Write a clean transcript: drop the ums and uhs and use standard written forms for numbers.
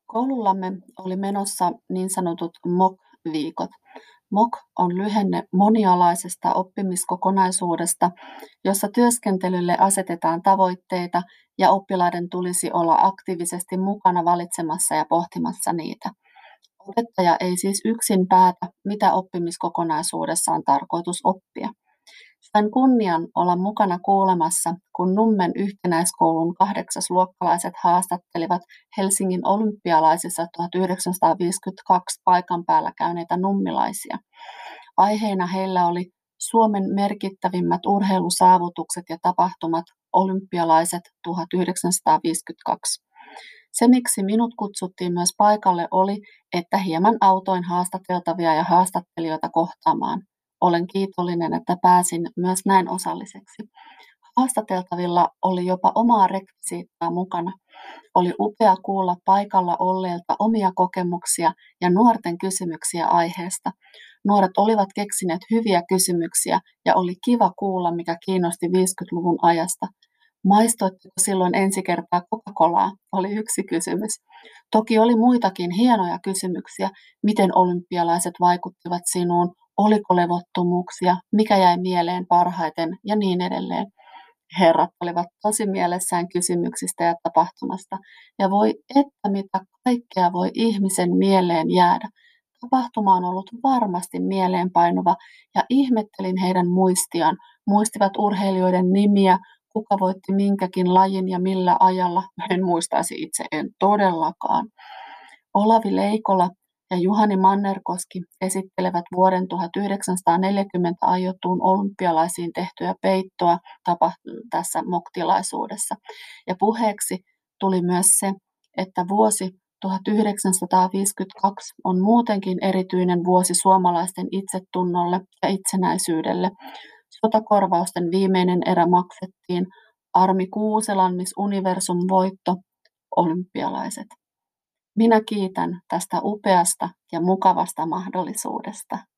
Koulullamme oli menossa niin sanotut MOOC-viikot. MOOC on lyhenne monialaisesta oppimiskokonaisuudesta, jossa työskentelylle asetetaan tavoitteita ja oppilaiden tulisi olla aktiivisesti mukana valitsemassa ja pohtimassa niitä. Opettaja ei siis yksin päätä, mitä oppimiskokonaisuudessa on tarkoitus oppia. Sain kunnian olla mukana kuulemassa, kun Nummen yhtenäiskoulun 8-luokkalaiset haastattelivat Helsingin olympialaisissa 1952 paikan päällä käyneitä nummilaisia. Aiheena heillä oli Suomen merkittävimmät urheilusaavutukset ja tapahtumat olympialaiset 1952. Se, miksi minut kutsuttiin myös paikalle, oli, että hieman autoin haastateltavia ja haastattelijoita kohtaamaan. Olen kiitollinen, että pääsin myös näin osalliseksi. Haastateltavilla oli jopa omaa rekvisiittaa mukana. Oli upea kuulla paikalla olleilta omia kokemuksia ja nuorten kysymyksiä aiheesta. Nuoret olivat keksineet hyviä kysymyksiä ja oli kiva kuulla, mikä kiinnosti 50-luvun ajasta. Maistoitteko silloin ensi kertaa Coca-Colaa, oli yksi kysymys. Toki oli muitakin hienoja kysymyksiä, miten olympialaiset vaikuttivat sinuun, oliko levottomuuksia, mikä jäi mieleen parhaiten ja niin edelleen. Herrat olivat tosi mielessään kysymyksistä ja tapahtumasta, ja voi että mitä kaikkea voi ihmisen mieleen jäädä. Tapahtuma on ollut varmasti mieleenpainuva, ja ihmettelin heidän muistiaan. Muistivat urheilijoiden nimiä, kuka voitti minkäkin lajin ja millä ajalla. En muistaisi itse, en todellakaan. Olavi Leikola ja Juhani Mannerkoski esittelevät vuoden 1940 aiottuun olympialaisiin tehtyä peittoa tässä MOOC-tilaisuudessa. Ja puheeksi tuli myös se, että vuosi 1952 on muutenkin erityinen vuosi suomalaisten itsetunnolle ja itsenäisyydelle. Sotakorvausten viimeinen erä maksettiin. Armi Kuuselan Miss Universum -voitto, olympialaiset. Minä kiitän tästä upeasta ja mukavasta mahdollisuudesta.